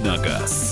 на газ».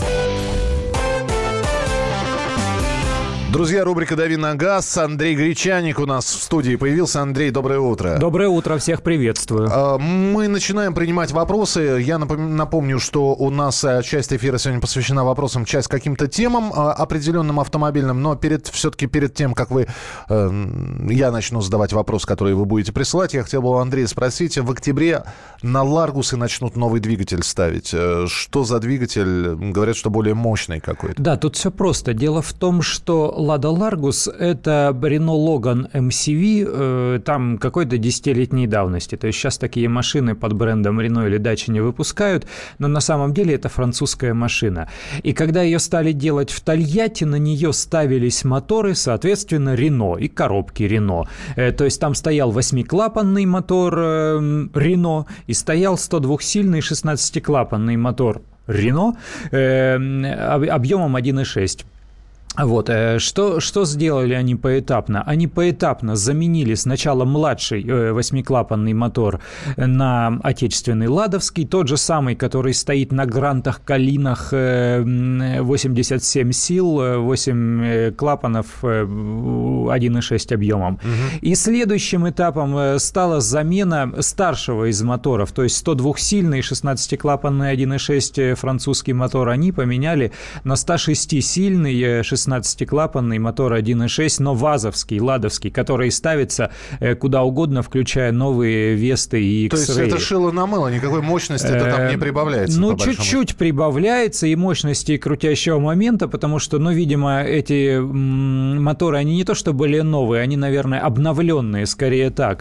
Друзья, рубрика «Дави на газ». Андрей Гречаник у нас в студии появился. Андрей, доброе утро. Доброе утро, всех приветствую. Мы начинаем принимать вопросы. Я напомню, что у нас часть эфира сегодня посвящена вопросам, часть каким-то темам определенным автомобильным. Но все-таки перед тем, как я начну задавать вопросы, которые вы будете присылать, я хотел бы у Андрея спросить. В октябре на Ларгусы начнут новый двигатель ставить. Что за двигатель? Говорят, что более мощный какой-то. Да, тут все просто. Дело в том, что Lada Largus – это Renault Logan MCV, там какой-то 10-летней давности. То есть сейчас такие машины под брендом Renault или Dacia не выпускают, но на самом деле это французская машина. И когда ее стали делать в Тольятти, на нее ставились моторы, соответственно, Renault и коробки Renault. То есть там стоял 8-клапанный мотор Renault и стоял 102-сильный 16-клапанный мотор Renault объемом 1,6. Вот, что сделали они поэтапно? Они поэтапно заменили сначала младший 8-клапанный мотор на отечественный ладовский, тот же самый, который стоит на Грантах, Калинах, 87 сил, 8 клапанов, 1,6 объемом. Угу. И следующим этапом стала замена старшего из моторов, то есть 102-сильный 16-клапанный 1,6 французский мотор они поменяли на 106-сильный 16-клапанный мотор 1.6, но вазовский, ладовский, который ставится куда угодно, включая новые Весты и X-Ray. То есть это шило на мыло, никакой мощности это там не прибавляется? Ну, чуть-чуть прибавляется и мощности, и крутящего момента, потому что, видимо, эти моторы, они не то что более новые, они, наверное, обновленные, скорее так.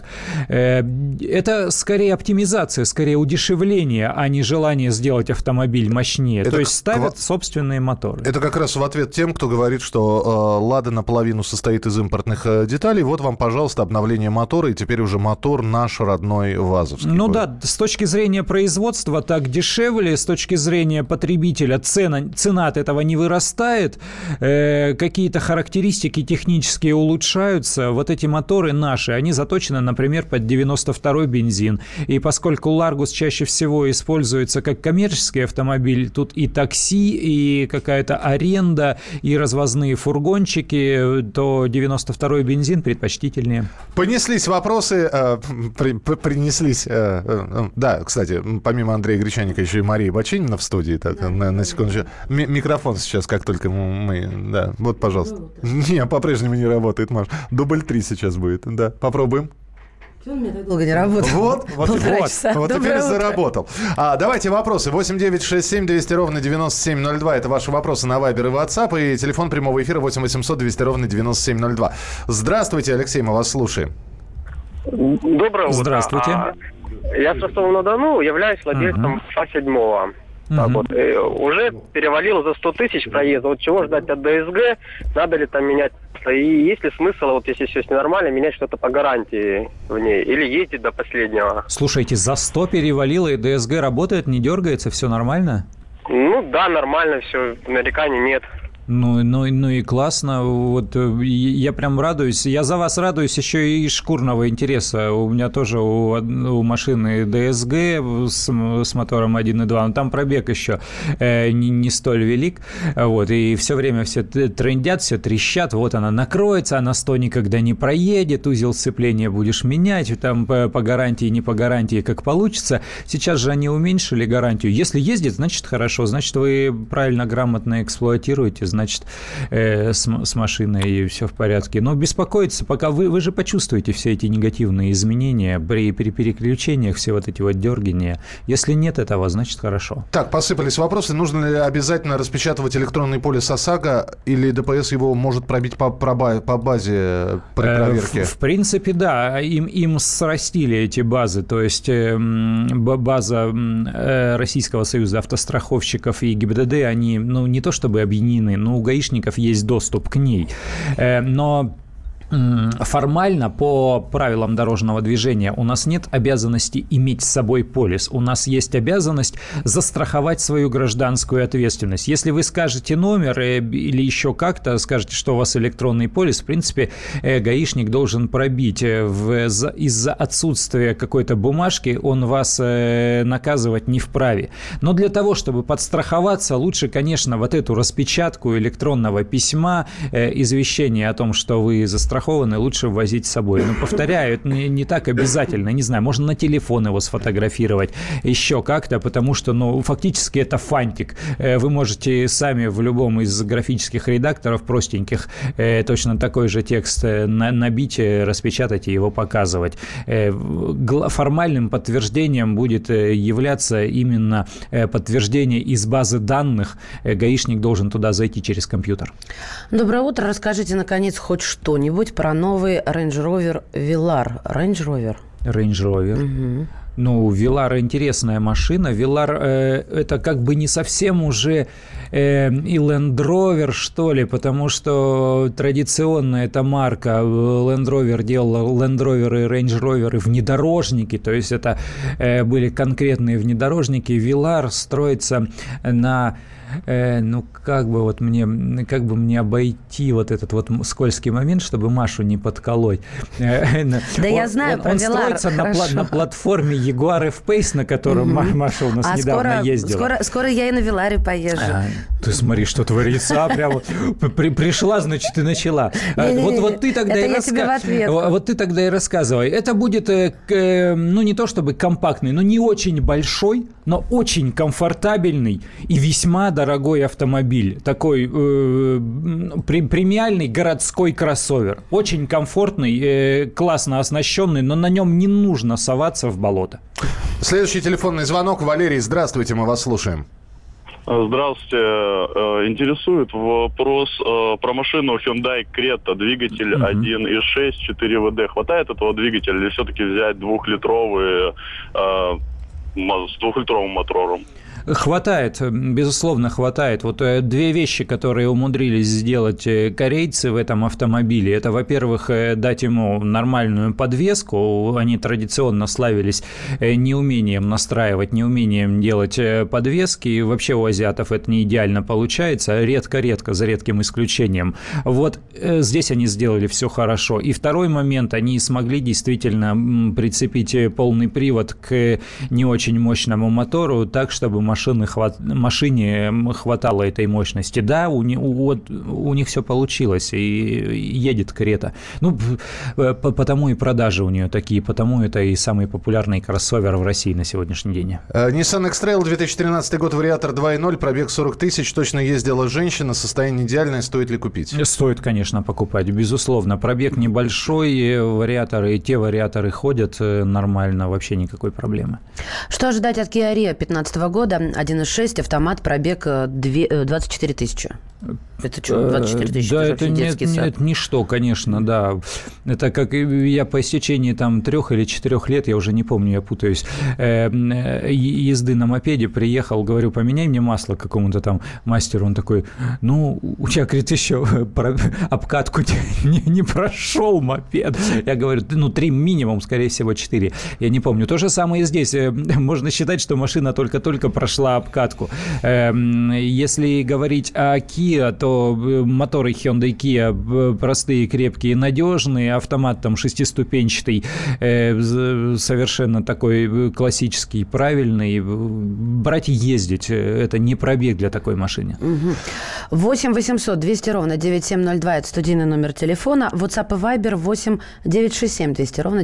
Это скорее оптимизация, скорее удешевление, а не желание сделать автомобиль мощнее. То есть ставят собственные моторы. Это как раз в ответ тем, кто говорит, что «Лада» наполовину состоит из импортных деталей. Вот вам, пожалуйста, обновление мотора, и теперь уже мотор наш родной вазовский. Ну да, с точки зрения производства так дешевле, с точки зрения потребителя цена от этого не вырастает, какие-то характеристики технические улучшаются. Вот эти моторы наши, они заточены, например, под 92-й бензин. И поскольку Largus чаще всего используется как коммерческий автомобиль, тут и такси, и какая-то аренда, и развозные фургончики, то 92-й бензин предпочтительнее. Понеслись вопросы, принеслись. Да, кстати, помимо Андрея Гречаника еще и Мария Бачинина в студии. Так, на секундочку. Микрофон сейчас, как только мы... Да, вот, пожалуйста. Не, по-прежнему не работает, Маш. Дубль 3 сейчас будет. Да, попробуем. Он мне так долго не работал. Вот теперь заработал. Давайте вопросы. 8-967-200-97-02. Это ваши вопросы на Вайбер и WhatsApp. И телефон прямого эфира 8-800-200-97-02. Здравствуйте, Алексей, мы вас слушаем. Доброе утро. Здравствуйте. Я с Ростова-на-Дону, являюсь владельцем ФА-7. Так вот, уже перевалил за 100 тысяч проезда. Вот чего ждать от ДСГ? Надо ли там менять? И есть ли смысл, вот если все нормально, менять что-то по гарантии в ней? Или ездить до последнего? Слушайте, за 100 перевалило, и ДСГ работает, не дергается, все нормально? Ну да, нормально все, нареканий нет. Ну и классно. Вот я прям радуюсь. Я за вас радуюсь еще и из шкурного интереса. У меня тоже у машины ДСГ с мотором 1.2, но там пробег еще не столь велик. Вот, и все время все трендят, все трещат. Вот она накроется, она 100 никогда не проедет, узел сцепления будешь менять, там по гарантии, не по гарантии, как получится. Сейчас же они уменьшили гарантию. Если ездит, значит хорошо, значит вы правильно, грамотно эксплуатируете, значит, с машиной все в порядке. Но беспокоиться, пока вы же почувствуете все эти негативные изменения при переключениях, все вот эти вот дергания. Если нет этого, значит хорошо. Так, посыпались вопросы. Нужно ли обязательно распечатывать электронный полис ОСАГО, или ДПС его может пробить по базе при проверке? В принципе, да. Им срастили эти базы. То есть база Российского союза автостраховщиков и ГИБДД, они, не то чтобы объединены, но у гаишников есть доступ к ней. Но формально по правилам дорожного движения у нас нет обязанности иметь с собой полис. У нас есть обязанность застраховать свою гражданскую ответственность. Если вы скажете номер или еще как-то скажете, что у вас электронный полис, в принципе, гаишник должен пробить. Из-за отсутствия какой-то бумажки он вас наказывать не вправе. Но для того, чтобы подстраховаться, лучше, конечно, вот эту распечатку электронного письма, извещение о том, что вы застрахованы, лучше возить с собой. Но, повторяю, это не так обязательно. Не знаю, можно на телефон его сфотографировать, еще как-то, потому что, фактически это фантик. Вы можете сами в любом из графических редакторов простеньких точно такой же текст набить, распечатать и его показывать. Формальным подтверждением будет являться именно подтверждение из базы данных. Гаишник должен туда зайти через компьютер. Доброе утро. Расскажите, наконец, хоть что-нибудь про новый Range Rover Velar. Range Rover. Угу. Velar интересная машина. Velar это как бы не совсем уже и Land Rover, что ли, потому что традиционно эта марка Land Rover делала Land Rover и Range Rover и внедорожники, то есть это были конкретные внедорожники. Velar строится на... как бы мне обойти вот этот вот скользкий момент, чтобы Машу не подколоть. Да я знаю про Velar. Он строится на платформе Jaguar F-Pace, на котором Маша у нас недавно ездила. Скоро я и на Velar поезжу. Ты смотри, что творится. Прямо пришла, значит, и начала. Вот ты тогда и рассказывай. Это будет, не то чтобы компактный, но не очень большой, но очень комфортабельный и весьма дорогой автомобиль. Такой премиальный городской кроссовер. Очень комфортный, классно оснащенный, но на нем не нужно соваться в болото. Следующий телефонный звонок. Валерий, здравствуйте, мы вас слушаем. Здравствуйте. Интересует вопрос про машину Hyundai Creta, двигатель 1.6, 4 ВД. Хватает этого двигателя или все-таки взять двухлитровый с двухлитровым мотором? Хватает, безусловно, хватает. Вот две вещи, которые умудрились сделать корейцы в этом автомобиле, это, во-первых, дать ему нормальную подвеску. Они традиционно славились неумением настраивать, неумением делать подвески. И вообще у азиатов это не идеально получается, редко-редко, за редким исключением. Вот здесь они сделали все хорошо. И второй момент, они смогли действительно прицепить полный привод к не очень мощному мотору, так, чтобы машине хватало этой мощности. Да, у них все получилось, и едет Крета. Потому и продажи у нее такие, потому это и самый популярный кроссовер в России на сегодняшний день. Nissan X-Trail, 2013 год, вариатор 2.0, пробег 40 тысяч, точно ездила женщина, состояние идеальное, стоит ли купить? Стоит, конечно, покупать, безусловно. Пробег небольшой, вариаторы, те вариаторы ходят нормально, вообще никакой проблемы. Что ожидать от Kia Rio 2015 года? 1.6, автомат, пробег 24 тысячи. Это что, 24 тысячи? Да, это ничто, конечно, да. Это как я по истечении 3 или 4 лет, я уже не помню, я путаюсь, езды на мопеде приехал, говорю, поменяй мне масло какому-то там мастеру. Он такой, у тебя, говорит, еще обкатку не прошел мопед. Я говорю, 3 минимум, скорее всего, 4. Я не помню. То же самое и здесь. Можно считать, что машина только-только прошла обкатку. Если говорить о Kia, то моторы Hyundai Kia простые, крепкие, надежные, автомат там шестиступенчатый, совершенно такой классический, правильный. Брать и ездить, это не пробег для такой машины. 8 800 200 ровно 9702, это студийный номер телефона. WhatsApp и Viber 8 967 200 ровно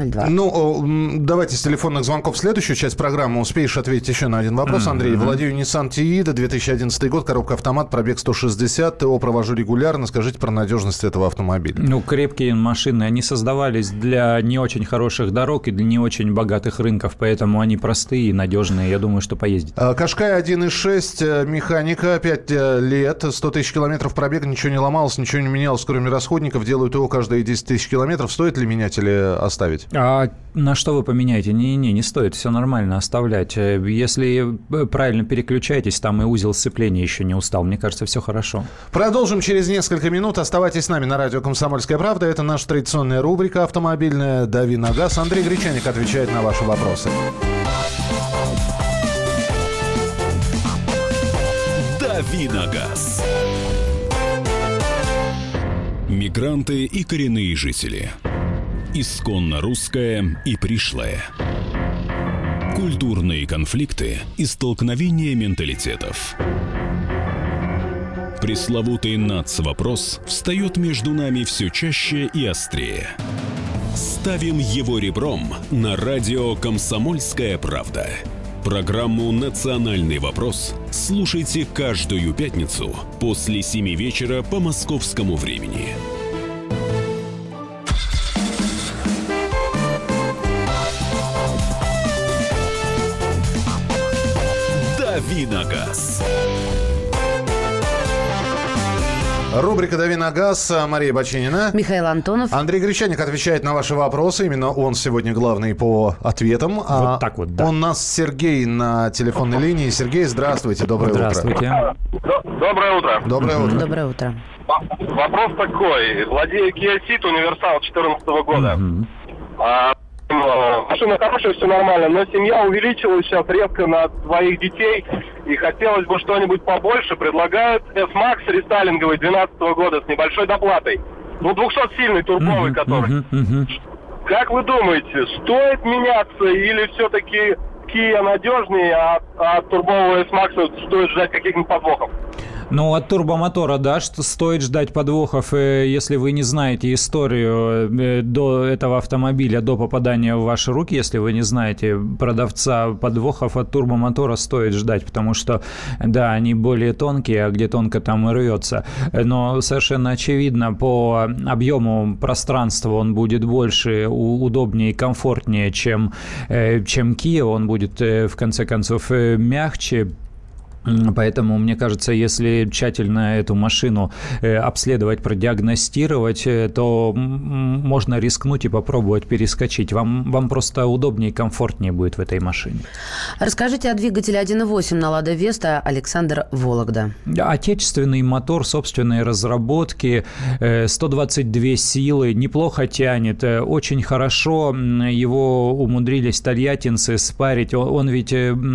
9702. Давайте с телефонных звонков в следующую часть программы. Успеешь ответить еще на один вопрос, Андрей. Владею Nissan Tiida, 2011 год, коробка автомат, пробег 160, ТО провожу регулярно. Скажите про надежность этого автомобиля. Крепкие машины, они создавались для не очень хороших дорог и для не очень богатых рынков, поэтому они простые и надежные. Я думаю, что поездит. Кашкай 1.6, механика, 5 лет, 100 тысяч километров пробега, ничего не ломалось, ничего не менялось, кроме расходников. Делают ТО каждые 10 тысяч километров. Стоит ли менять или оставить? на что вы поменяете? Не стоит, все нормально оставлять. Если правильно переключаетесь, там и узел сцепления еще не устал. Мне кажется, все хорошо. Продолжим через несколько минут. Оставайтесь с нами на радио «Комсомольская правда». Это наша традиционная рубрика автомобильная «Дави на газ». Андрей Гречаник отвечает на ваши вопросы. «Дави на газ». Мигранты и коренные жители. Исконно русское и пришлое. Культурные конфликты и столкновения менталитетов. Пресловутый НАЦ-вопрос встает между нами все чаще и острее. Ставим его ребром на радио «Комсомольская правда». Программу «Национальный вопрос» слушайте каждую пятницу после 7 вечера по московскому времени. «Дави на газ». Рубрика «Дави на газ». Мария Бачинина. Михаил Антонов. Андрей Гречаник отвечает на ваши вопросы. Именно он сегодня главный по ответам. Вот так вот, да. У нас Сергей на телефонной линии. Сергей, здравствуйте. Доброе Здравствуйте. утро. Доброе утро. Доброе утро. Доброе утро. Вопрос такой. Владею Kia Ceed универсал 2014 года. Машина хорошая, все нормально, но семья увеличилась сейчас резко на своих детей, и хотелось бы что-нибудь побольше. Предлагают S-Max рестайлинговый 2012 года с небольшой доплатой. 200-сильный турбовый, который. Как вы думаете, стоит меняться или все-таки Kia надежнее, а турбового S-Max стоит ждать каких-нибудь подвохов? Ну, от турбомотора, да, что стоит ждать подвохов, если вы не знаете историю до этого автомобиля, до попадания в ваши руки, если вы не знаете продавца, подвохов от турбомотора стоит ждать, потому что, да, они более тонкие, а где тонко, там и рвется. Но совершенно очевидно, по объему пространства он будет больше, удобнее и комфортнее, чем Kia, он будет, в конце концов, мягче. Поэтому, мне кажется, если тщательно эту машину обследовать, продиагностировать, то можно рискнуть и попробовать перескочить. Вам просто удобнее и комфортнее будет в этой машине. Расскажите о двигателе 1.8 на «Лада Веста», Александр, Вологда. Отечественный мотор собственной разработки, 122 силы, неплохо тянет, очень хорошо его умудрились тольяттинцы спарить. Он ведь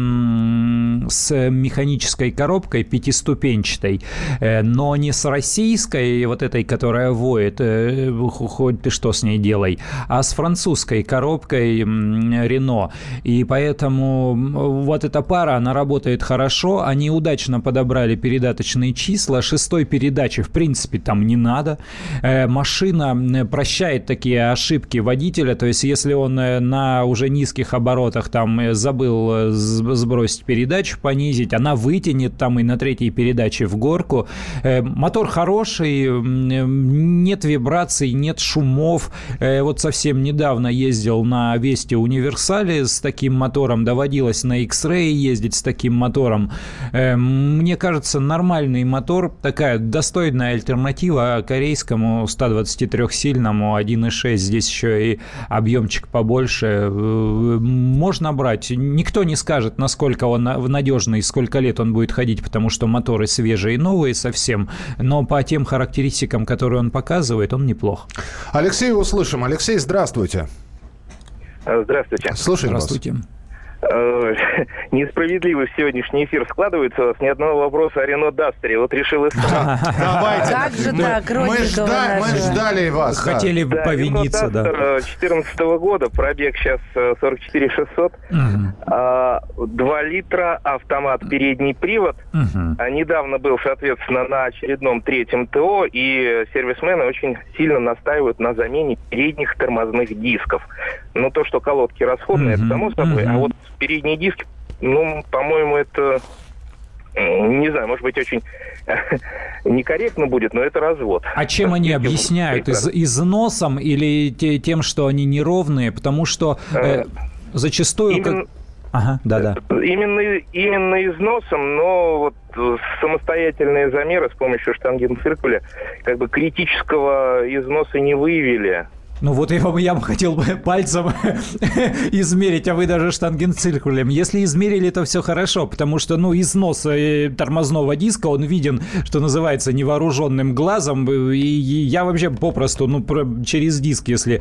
с механической коробкой пятиступенчатой, но не с российской, вот этой, которая воет, хоть ты что с ней делай, а с французской коробкой Renault. И поэтому вот эта пара, она работает хорошо, они удачно подобрали передаточные числа, 6-й передачи в принципе там не надо. Машина прощает такие ошибки водителя, то есть если он на уже низких оборотах там забыл сбросить передачу, понизить, она вытянет там и на 3-й передаче в горку. Мотор хороший, нет вибраций, нет шумов. Вот совсем недавно ездил на Весте Универсале с таким мотором, доводилось на X-Ray ездить с таким мотором. Мне кажется, нормальный мотор, такая достойная альтернатива корейскому 123-сильному 1.6. Здесь еще и объемчик побольше. Можно брать. Никто не скажет, насколько он надежный, сколько лет он будет ходить, потому что моторы свежие и новые совсем, но по тем характеристикам, которые он показывает, он неплох. Алексея услышим. Алексей, здравствуйте. Здравствуйте. Слушаем вас. Здравствуйте. Несправедливый сегодняшний эфир складывается у вас. Ни одного вопроса о Renault Duster. Вот решил Давайте. Как же так, Мы ждали вас. Хотели повиниться, да. 2014 года, пробег сейчас 44 600. 2 литра, автомат, передний привод. Недавно был, соответственно, на очередном 3-м ТО, и сервисмены очень сильно настаивают на замене передних тормозных дисков. Но то, что колодки расходные, это само собой, а вот передние диски, ну, по-моему, это, не знаю, может быть, очень некорректно будет, но это развод. А чем они объясняют? Износом или тем, что они неровные? Потому что зачастую... Ага, да-да. Именно износом, но вот самостоятельные замеры с помощью штангенциркуля как бы критического износа не выявили. Ну вот я бы хотел бы пальцем измерить, а вы даже штангенциркулем. Если измерили, то все хорошо, потому что, износ тормозного диска, он виден, что называется, невооруженным глазом, и я вообще попросту, через диск, если...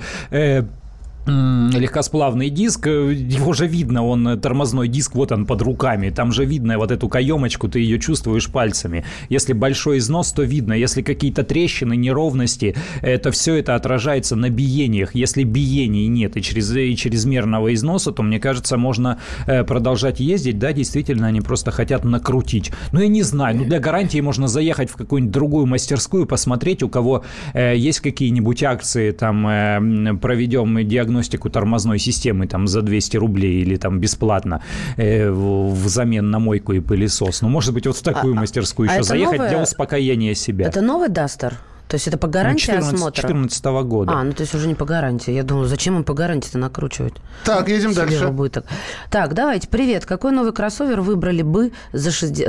легкосплавный диск, его же видно, он тормозной диск, вот он под руками, там же видно вот эту каемочку, ты ее чувствуешь пальцами. Если большой износ, то видно, если какие-то трещины, неровности, то все это отражается на биениях. Если биений нет и чрезмерного износа, то, мне кажется, можно продолжать ездить, да, действительно, они просто хотят накрутить. Я не знаю, для гарантии можно заехать в какую-нибудь другую мастерскую, посмотреть, у кого есть какие-нибудь акции, там, проведем диагностику тормозной системы там за 200 рублей или там бесплатно взамен на мойку и пылесос. Может быть, вот в такую мастерскую еще заехать для успокоения себя. Это новый Duster? То есть это по гарантии осмотра? 2014 года. То есть уже не по гарантии. Я думала, зачем им по гарантии-то накручивать? Так, едем дальше. Будет так, давайте. Привет. Какой новый кроссовер выбрали бы за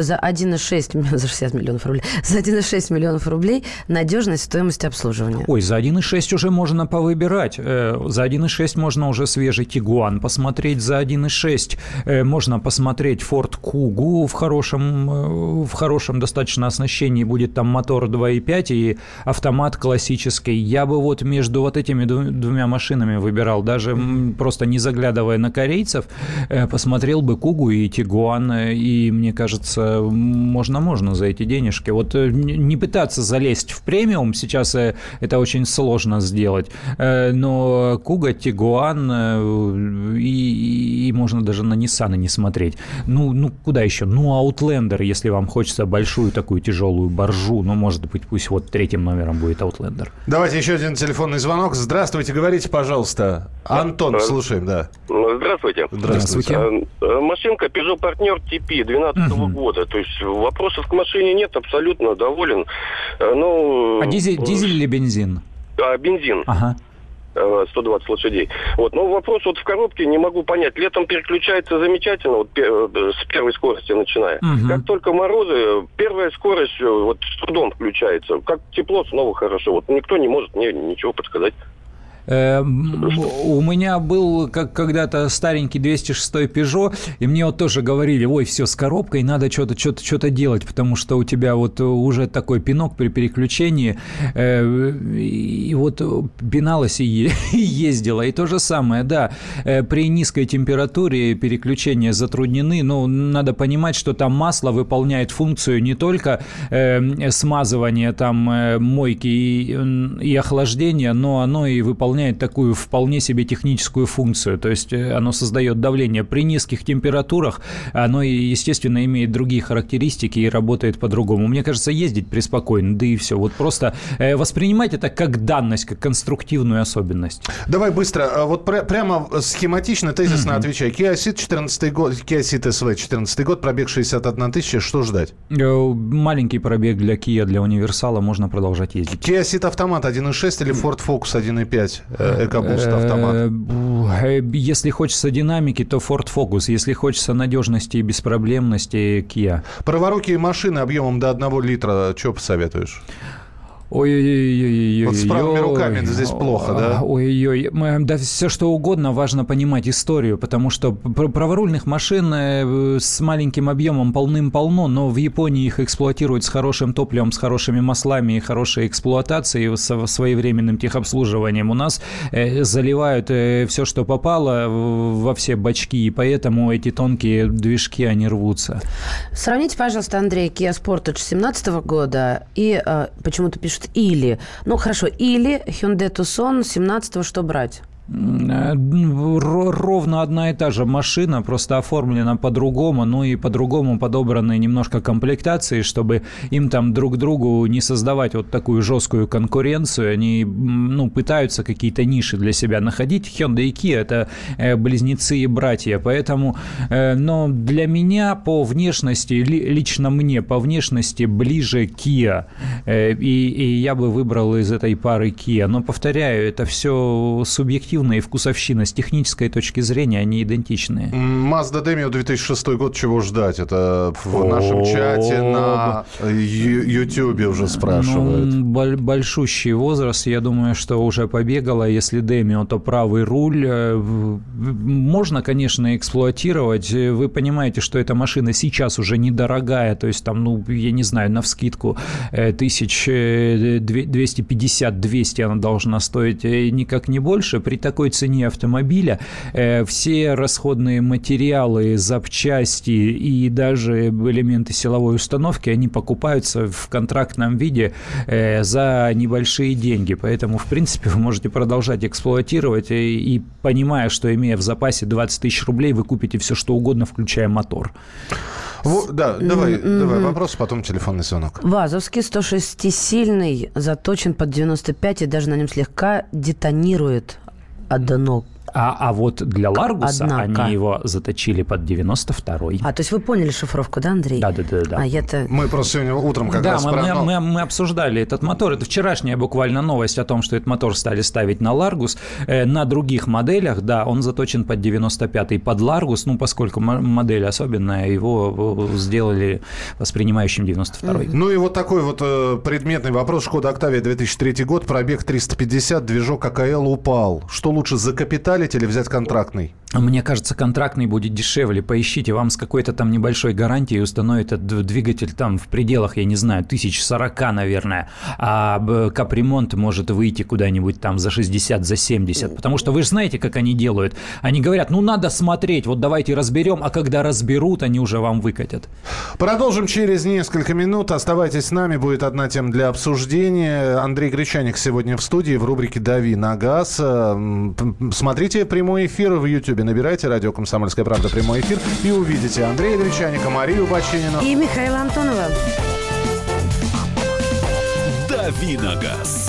1,6 за 60 миллионов рублей? За 1,6 миллионов рублей надежность, стоимость обслуживания? Ой, за 1,6 уже можно повыбирать. За 1,6 можно уже свежий Тигуан посмотреть. За 1,6 можно посмотреть Ford Kuga в хорошем достаточно оснащении. Будет там мотор 2,5 и автомат классический. Я бы вот между вот этими двумя машинами выбирал, даже просто не заглядывая на корейцев, посмотрел бы Кугу и Тигуан, и мне кажется, можно за эти денежки. Вот не пытаться залезть в премиум, сейчас это очень сложно сделать, но Куга, Тигуан и можно даже на Ниссаны не смотреть. Куда еще? Outlander, если вам хочется большую такую тяжелую боржу, может быть, пусть вот третьим номером будет Outlander. Давайте еще один телефонный звонок. Здравствуйте, говорите, пожалуйста. Антон, слушаем, да. Здравствуйте. Здравствуйте. Машинка Peugeot Partner TP 2012 года. То есть вопросов к машине нет, абсолютно доволен. А дизель или бензин? Бензин. Ага. 120 лошадей. Но вопрос в коробке не могу понять. Летом переключается замечательно, с первой скорости начиная. Как только морозы, первая скорость с трудом включается. Как тепло, снова хорошо. Никто не может мне ничего подсказать. У меня был когда-то старенький 206 Peugeot, и мне тоже говорили, ой, все, с коробкой надо что-то делать, потому что у тебя уже такой пинок при переключении, и пиналась и ездила. И то же самое, да, при низкой температуре переключения затруднены, но надо понимать, что там масло выполняет функцию не только смазывания мойки и охлаждения, но оно и выполняет такую вполне себе техническую функцию. То есть оно создает давление. При низких температурах оно, естественно, имеет другие характеристики и работает по-другому. Мне кажется, ездить преспокойно, да и все. Просто воспринимать это как данность, как конструктивную особенность. Давай быстро. Прямо схематично, тезисно отвечай. Kia Ceed 14 год, Kia Ceed SV 14 год, пробег 61 тысяча. Что ждать? Маленький пробег для Kia, для универсала. Можно продолжать ездить. Kia Ceed автомат 1.6 или Ford Focus 1.5? EcoBoost автомат. Если хочется динамики, то Ford Focus. Если хочется надежности и беспроблемности, Kia. Праворукие машины объемом до 1 литра. Что посоветуешь? Ой-ой-ой. С правыми руками здесь плохо, да? Ой-ой-ой. Да все что угодно, важно понимать историю, потому что праворульных машин с маленьким объемом полным-полно, но в Японии их эксплуатируют с хорошим топливом, с хорошими маслами и хорошей эксплуатацией, со своевременным техобслуживанием. У нас заливают все, что попало, во все бачки, и поэтому эти тонкие движки, они рвутся. Сравните, пожалуйста, Андрей, Kia Sportage 2017 года и почему-то пишут или. Хорошо, или Hyundai Tucson 17-го, что брать? Ровно одна и та же машина, просто оформлена по-другому, и по-другому подобраны немножко комплектации, чтобы им друг другу не создавать такую жесткую конкуренцию. Они пытаются какие-то ниши для себя находить. Hyundai и Kia – это близнецы и братья, поэтому, но для меня по внешности, лично мне по внешности ближе Kia, и я бы выбрал из этой пары Kia. Но, повторяю, это все субъективно. субъективно и вкусовщина. С технической точки зрения они идентичны. Mazda Demio 2006 год, чего ждать? Это в нашем чате на YouTube уже спрашивают. Большущий возраст, я думаю, что уже побегала. Если Demio, то правый руль. Можно, конечно, эксплуатировать. Вы понимаете, что эта машина сейчас уже недорогая, то есть там, я не знаю, навскидку 1250-200 она должна стоить, никак не больше. При такой цене автомобиля все расходные материалы, запчасти и даже элементы силовой установки, они покупаются в контрактном виде за небольшие деньги. Поэтому, в принципе, вы можете продолжать эксплуатировать и понимая, что, имея в запасе 20 тысяч рублей, вы купите все, что угодно, включая мотор. Да, давай вопрос, потом телефонный звонок. ВАЗовский 106-сильный, заточен под 95 и даже на нем слегка детонирует одно. А вот для Ларгуса они его заточили под 92-й. То есть вы поняли шифровку, да, Андрей? Да. Мы просто сегодня утром как раз... мы обсуждали этот мотор. Это вчерашняя буквально новость о том, что этот мотор стали ставить на Ларгус. На других моделях, да, он заточен под 95-й, под Ларгус, поскольку модель особенная, его сделали воспринимающим 92-й. И вот такой вот предметный вопрос. Шкода Октавия 2003 год, пробег 350, движок АКЛ упал. Что лучше, закапиталить или взять контрактный? Мне кажется, контрактный будет дешевле. Поищите, вам с какой-то там небольшой гарантией установят этот двигатель там в пределах, я не знаю, 1040, наверное. А капремонт может выйти куда-нибудь там за 60, за 70. Потому что вы же знаете, как они делают. Они говорят, надо смотреть, вот давайте разберем, а когда разберут, они уже вам выкатят. Продолжим через несколько минут. Оставайтесь с нами, будет одна тема для обсуждения. Андрей Гречаник сегодня в студии в рубрике «Дави на газ». Смотрите прямой эфир в YouTube. Набирайте «Радио Комсомольская правда» прямой эфир и увидите Андрея Гречаника, Марию Бачинину и Михаила Антонова. «Дави на газ».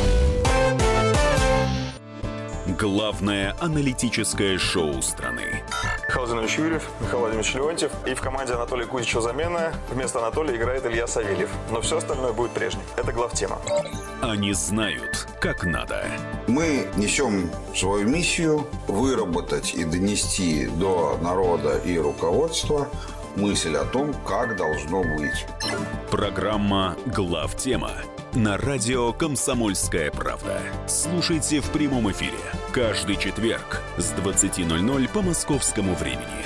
Главное аналитическое шоу страны. Михаил Владимирович Юрьев, Михаил Владимирович Леонтьев. И в команде Анатолия Кузичева замена. Вместо Анатолия играет Илья Савельев. Но все остальное будет прежним. Это главтема. Они знают, как надо. Мы несем свою миссию выработать и донести до народа и руководства мысль о том, как должно быть. Программа «Главтема» на радио «Комсомольская правда». Слушайте в прямом эфире каждый четверг с 20:00 по московскому времени.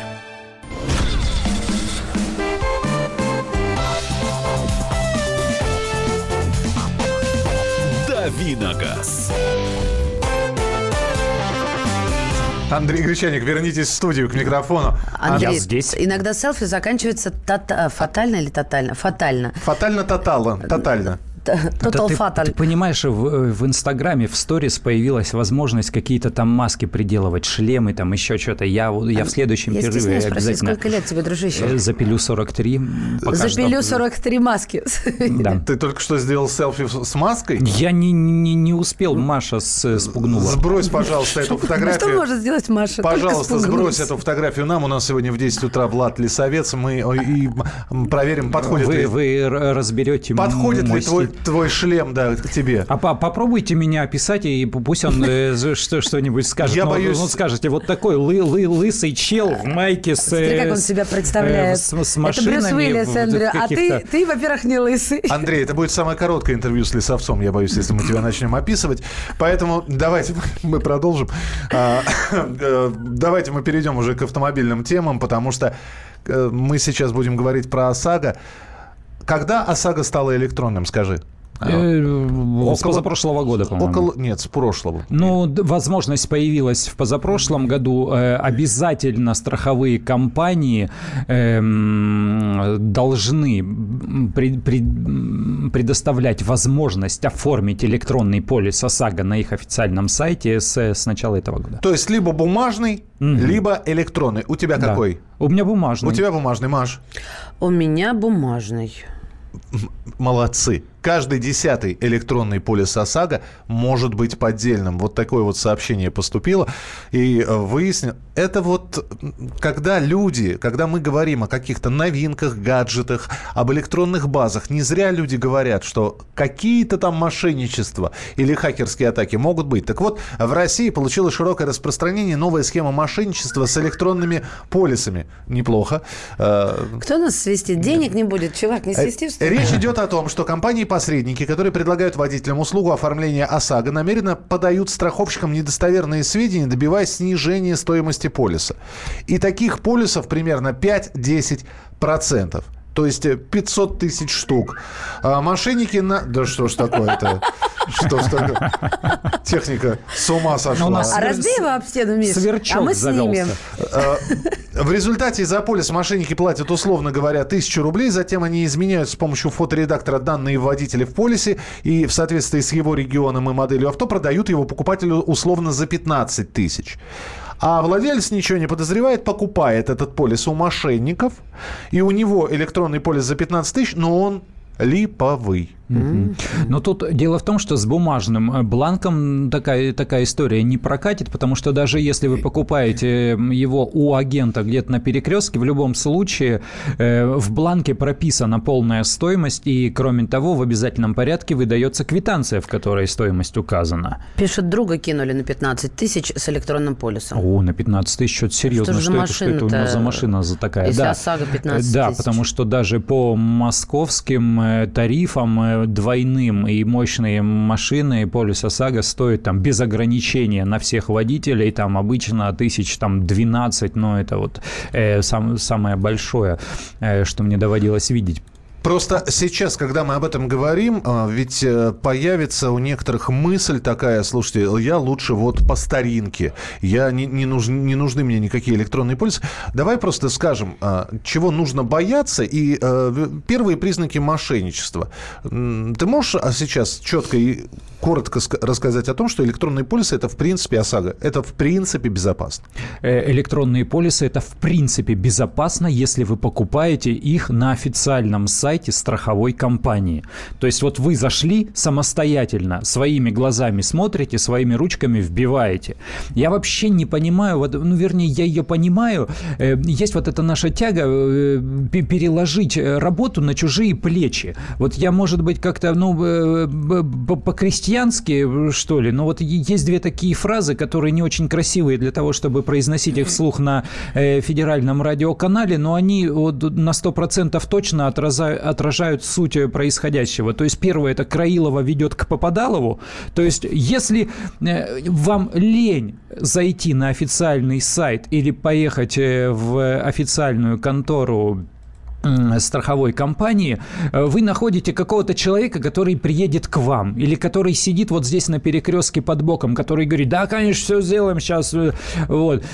«Дави на газ». Андрей Гречаник, вернитесь в студию к микрофону. Андрей, я здесь. Иногда селфи заканчивается фатально или тотально? Фатально. Тотально. Total fatal. Ты понимаешь, в Инстаграме, в сторис появилась возможность какие-то там маски приделывать, шлемы, там еще что-то. Я в следующем перерыве обязательно... Сколько лет тебе, дружище? Запилю 43. Запилю 43 маски. Да. Ты только что сделал селфи с маской? Я не успел, Маша спугнула. Сбрось, пожалуйста, эту фотографию. Что может сделать Маша? Пожалуйста, сбрось эту фотографию нам. У нас сегодня в 10 утра Влад Лисовец. Мы и проверим, подходит ли... Вы разберете... Подходит ли твой шлем, да, к тебе. А попробуйте меня описать, и пусть он что-нибудь скажет. Я боюсь... скажете, вот такой лысый чел в майке с... Как он себя представляет. С машинами. Это Брюс Уиллис, Эндрю. А ты, во-первых, не лысый. Андрей, это будет самое короткое интервью с Лисовцом, я боюсь, если мы тебя начнем описывать. Поэтому давайте мы продолжим. Давайте мы перейдем уже к автомобильным темам, потому что мы сейчас будем говорить про ОСАГО. Когда ОСАГО стало электронным, скажи? С позапрошлого года, по-моему. Нет, с прошлого. Возможность появилась в позапрошлом году. Обязательно страховые компании должны предоставлять возможность оформить электронный полис ОСАГО на их официальном сайте с начала этого года. То есть либо бумажный, либо электронный. У тебя какой? У меня бумажный. У тебя бумажный, Маш. У меня бумажный. Молодцы. каждый 10-й электронный полис ОСАГО может быть поддельным. Вот такое вот сообщение поступило. И выяснил, это вот когда мы говорим о каких-то новинках, гаджетах, об электронных базах, не зря люди говорят, что какие-то там мошенничества или хакерские атаки могут быть. Так вот, в России получила широкое распространение новая схема мошенничества с электронными полисами. Неплохо. Кто нас свистит? Денег не будет, чувак, не свисти. Речь идет о том, что компании-посредники, которые предлагают водителям услугу оформления ОСАГО, намеренно подают страховщикам недостоверные сведения, добиваясь снижения стоимости полиса. И таких полисов примерно 5-10%. То есть 500 тысяч штук. А мошенники Да что ж такое-то? Что ж такое? Техника с ума сошла. А разбей его об стену, Миш, сверчок а мы завелся. снимем. В результате за полис мошенники платят, условно говоря, 1000 рублей. Затем они изменяют с помощью фоторедактора данные водителя в полисе и в соответствии с его регионом и моделью авто продают его покупателю условно за 15 тысяч. А владелец ничего не подозревает, покупает этот полис у мошенников, и у него электронный полис за 15 тысяч, но он липовый. Но тут дело в том, что с бумажным бланком такая история не прокатит, потому что даже если вы покупаете его у агента где-то на перекрестке, в любом случае в бланке прописана полная стоимость, и кроме того в обязательном порядке выдается квитанция, в которой стоимость указана. Пишет, друга кинули на 15 тысяч с электронным полисом. О, на 15 тысяч что-то серьезно. Что это у него за машина за такая? Если ОСАГО 15 тысяч. Да, потому что даже по московским тарифам двойным и мощные машины полис ОСАГО стоят там без ограничения на всех водителей, там обычно 1012, но это вот самое большое, что мне доводилось видеть. Просто сейчас, когда мы об этом говорим, ведь появится у некоторых мысль такая: слушайте, я лучше вот по старинке, не нужны мне никакие электронные полисы. Давай просто скажем, чего нужно бояться и первые признаки мошенничества. Ты можешь сейчас четко и коротко рассказать о том, что электронные полисы – это в принципе ОСАГО, это в принципе безопасно? Электронные полисы – это в принципе безопасно, если вы покупаете их на официальном сайте страховой компании. То есть вот вы зашли самостоятельно, своими глазами смотрите, своими ручками вбиваете. Я вообще не понимаю, вернее, я ее понимаю, есть вот эта наша тяга переложить работу на чужие плечи. Вот я, может быть, как-то, по-крестьянски, что ли, но вот есть две такие фразы, которые не очень красивые для того, чтобы произносить их вслух на федеральном радиоканале, но они вот на 100% точно отражают суть происходящего. То есть первое – это Краилова ведет к Попадалову. То есть если вам лень зайти на официальный сайт или поехать в официальную контору страховой компании, вы находите какого-то человека, который приедет к вам, или который сидит вот здесь на перекрестке под боком, который говорит: да, конечно, все сделаем сейчас. Вот.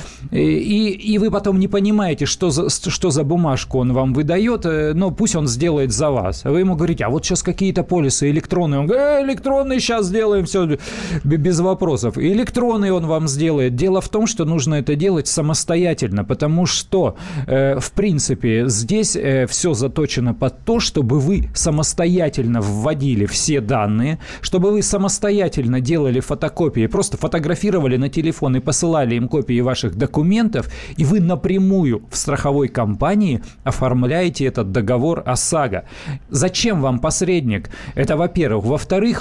И вы потом не понимаете, что за бумажку он вам выдает, но пусть он сделает за вас. Вы ему говорите: а вот сейчас какие-то полисы электронные. Он говорит: электронные сейчас сделаем, все без вопросов. И электронные он вам сделает. Дело в том, что нужно это делать самостоятельно, потому что, в принципе, здесь все заточено под то, чтобы вы самостоятельно вводили все данные, чтобы вы самостоятельно делали фотокопии, просто фотографировали на телефон и посылали им копии ваших документов, и вы напрямую в страховой компании оформляете этот договор ОСАГО. Зачем вам посредник? Это, во-первых. Во-вторых,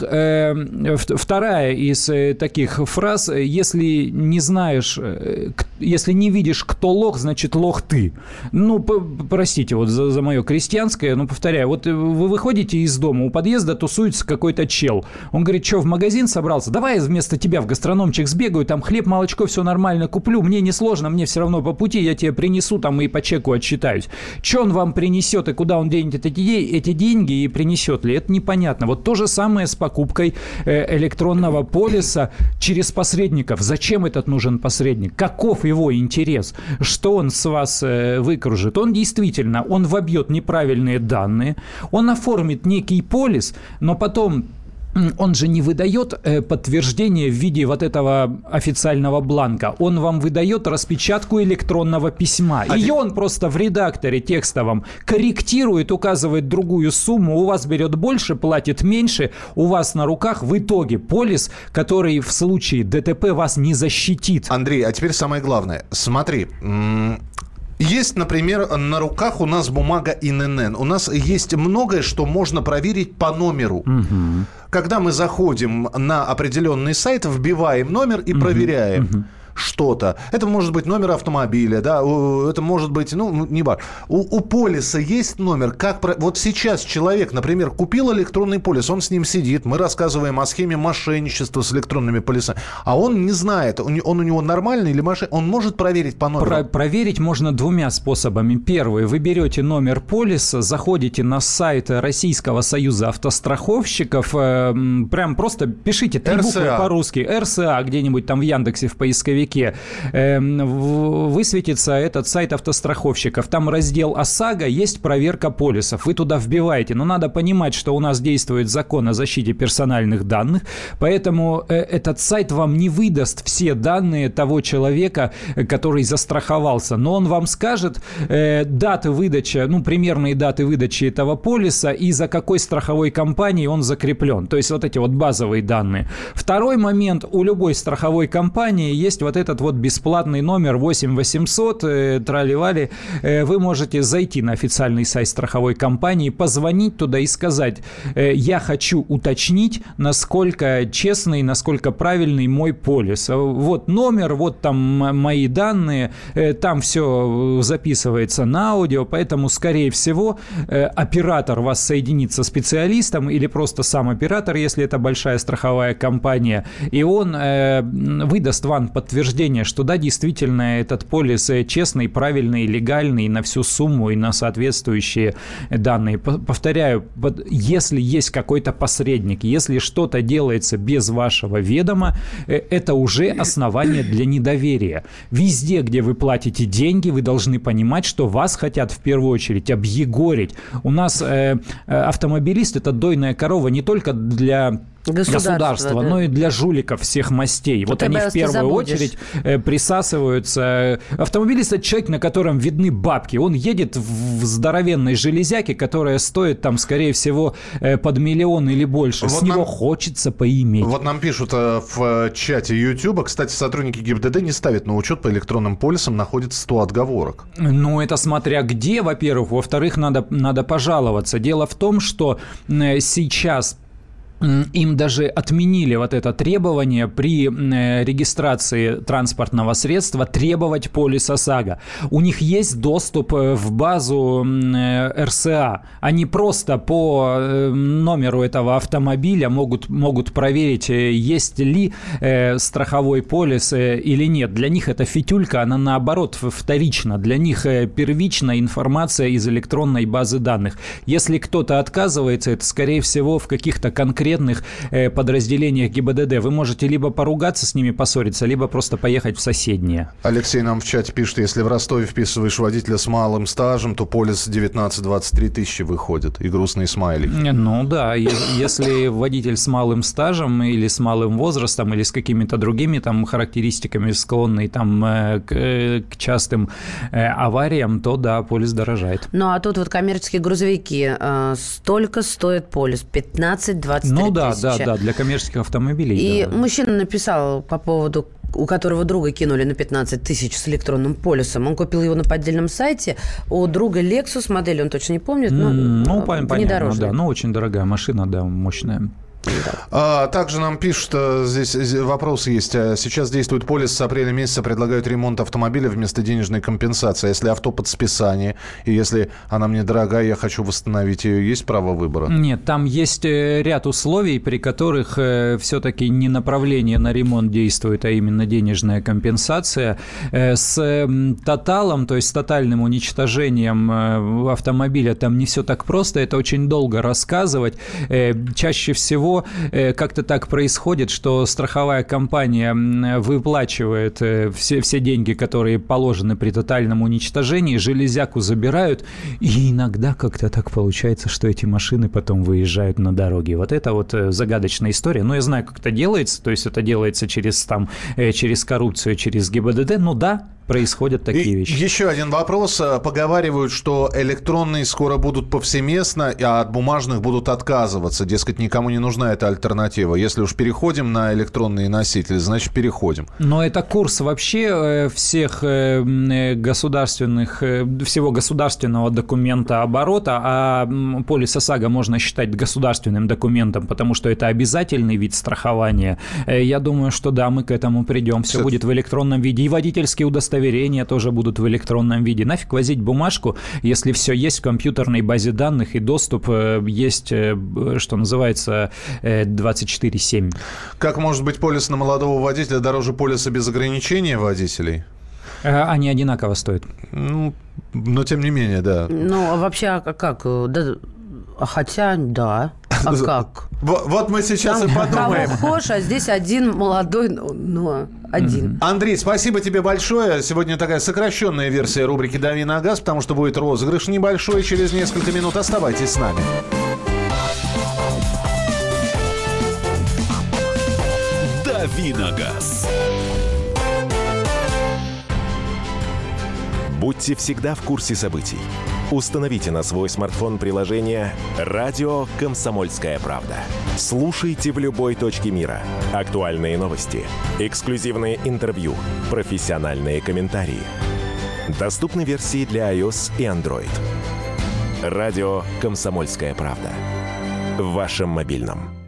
вторая из таких фраз: если не знаешь, если не видишь, кто лох, значит лох ты. Простите, вот за мое крестьянское, повторяю, вот вы выходите из дома, у подъезда тусуется какой-то чел. Он говорит: что, в магазин собрался? Давай вместо тебя в гастрономчик сбегаю, там хлеб, молочко, все нормально куплю, мне не сложно, мне все равно по пути, я тебе принесу там и по чеку отсчитаюсь. Что он вам принесет и куда он денет эти деньги и принесет ли? Это непонятно. Вот то же самое с покупкой электронного полиса через посредников. Зачем этот нужен посредник? Каков его интерес? Что он с вас выкружит? Он действительно, он вобьет неправильные данные, он оформит некий полис, но потом он же не выдает подтверждение в виде вот этого официального бланка. Он вам выдает распечатку электронного письма. Ее он просто в редакторе текстовом корректирует, указывает другую сумму, у вас берет больше, платит меньше, у вас на руках в итоге полис, который в случае ДТП вас не защитит. Андрей, а теперь самое главное. Смотри, есть, например, на руках у нас бумага ИНН. У нас есть многое, что можно проверить по номеру. Угу. Когда мы заходим на определенный сайт, вбиваем номер и проверяем что-то. Это может быть номер автомобиля, да, это может быть, не важно. У полиса есть номер. Вот сейчас человек, например, купил электронный полис, он с ним сидит, мы рассказываем о схеме мошенничества с электронными полисами, а он не знает, он у него нормальный или мошенник, он может проверить по номеру? Проверить можно двумя способами. Первый, вы берете номер полиса, заходите на сайт Российского союза автостраховщиков, прям просто пишите 3 буквы по-русски, РСА, где-нибудь там в Яндексе в поисковике, высветится этот сайт автостраховщиков. Там раздел ОСАГО, есть проверка полисов. Вы туда вбиваете. Но надо понимать, что у нас действует закон о защите персональных данных, поэтому этот сайт вам не выдаст все данные того человека, который застраховался. Но он вам скажет даты выдачи, примерные даты выдачи этого полиса и за какой страховой компанией он закреплен. То есть вот эти вот базовые данные. Второй момент. У любой страховой компании есть вот этот вот бесплатный номер 8800, трали-вали. Вы можете зайти на официальный сайт страховой компании, позвонить туда и сказать: я хочу уточнить, насколько честный, насколько правильный мой полис. Вот номер, вот там мои данные, там все записывается на аудио, поэтому, скорее всего, оператор вас соединит со специалистом или просто сам оператор, если это большая страховая компания, и он выдаст вам подтверждение, что да, действительно, этот полис честный, правильный, легальный на всю сумму и на соответствующие данные. Повторяю, если есть какой-то посредник, если что-то делается без вашего ведома, это уже основание для недоверия. Везде, где вы платите деньги, вы должны понимать, что вас хотят в первую очередь объегорить. У нас автомобилист – это дойная корова не только для государства, да, но и для жуликов всех мастей. Вот они в первую очередь присасываются. Автомобилист – это человек, на котором видны бабки. Он едет в здоровенной железяке, которая стоит там, скорее всего, под миллион или больше. Вот с него хочется поиметь. Вот нам пишут в чате YouTube, кстати, сотрудники ГИБДД не ставят на учет по электронным полисам, находится 100 отговорок. Это смотря где, во-первых. Во-вторых, надо пожаловаться. Дело в том, что сейчас им даже отменили вот это требование при регистрации транспортного средства требовать полис ОСАГО. У них есть доступ в базу РСА. Они просто по номеру этого автомобиля могут проверить, есть ли страховой полис или нет. Для них эта фитюлька, она наоборот вторична. Для них первична информация из электронной базы данных. Если кто-то отказывается, это, скорее всего, в каких-то конкретных подразделениях ГИБДД. Вы можете либо поругаться с ними, поссориться, либо просто поехать в соседнее. Алексей нам в чате пишет, если в Ростове вписываешь водителя с малым стажем, то полис 19-23 тысячи выходит. И грустные смайлики. Да, если водитель с малым стажем или с малым возрастом, или с какими-то другими там характеристиками, склонный там к частым авариям, то да, полис дорожает. А тут вот коммерческие грузовики, столько стоит полис, 15-20 да, для коммерческих автомобилей. И мужчина написал по поводу, у которого друга кинули на 15 тысяч с электронным полисом. Он купил его на поддельном сайте. У друга Lexus, модель он точно не помнит, но понятно, да, очень дорогая машина, да, мощная. Также нам пишут, здесь вопрос есть. Сейчас действует полис, с апреля месяца предлагают ремонт автомобиля вместо денежной компенсации. Если авто под списание, и если она мне дорогая, я хочу восстановить ее, есть право выбора? Нет, там есть ряд условий, при которых все-таки не направление на ремонт действует, а именно денежная компенсация. С тоталом, то есть с тотальным уничтожением автомобиля там не все так просто, это очень долго рассказывать. Чаще всего всего, как-то так происходит, что страховая компания выплачивает все деньги, которые положены при тотальном уничтожении, железяку забирают, и иногда как-то так получается, что эти машины потом выезжают на дороге. Вот это вот загадочная история. Но я знаю, как это делается, то есть это делается через коррупцию, через ГИБДД, ну да, происходят такие вещи. Еще один вопрос. Поговаривают, что электронные скоро будут повсеместно, а от бумажных будут отказываться. Дескать, никому не нужна эта альтернатива. Если уж переходим на электронные носители, значит, переходим. Но это курс вообще всего государственного документа оборота, а полис ОСАГО можно считать государственным документом, потому что это обязательный вид страхования. Я думаю, что да, мы к этому придем. Все будет в электронном виде. И водительские удостоверения тоже будут в электронном виде. Нафиг возить бумажку, если все есть в компьютерной базе данных и доступ есть, что называется, 24/7. Как может быть полис на молодого водителя дороже полиса без ограничения водителей? Они одинаково стоят. Но тем не менее, да. Ну, а вообще, как? Да, хотя, да. А как? Вот мы сейчас и подумаем. Кого хочешь, а здесь один молодой, но один. Андрей, спасибо тебе большое. Сегодня такая сокращенная версия рубрики «Дави на газ», потому что будет розыгрыш небольшой через несколько минут. Оставайтесь с нами. «Дави на газ». Будьте всегда в курсе событий. Установите на свой смартфон приложение «Радио Комсомольская правда». Слушайте в любой точке мира. Актуальные новости, эксклюзивные интервью, профессиональные комментарии. Доступны версии для iOS и Android. «Радио Комсомольская правда». В вашем мобильном.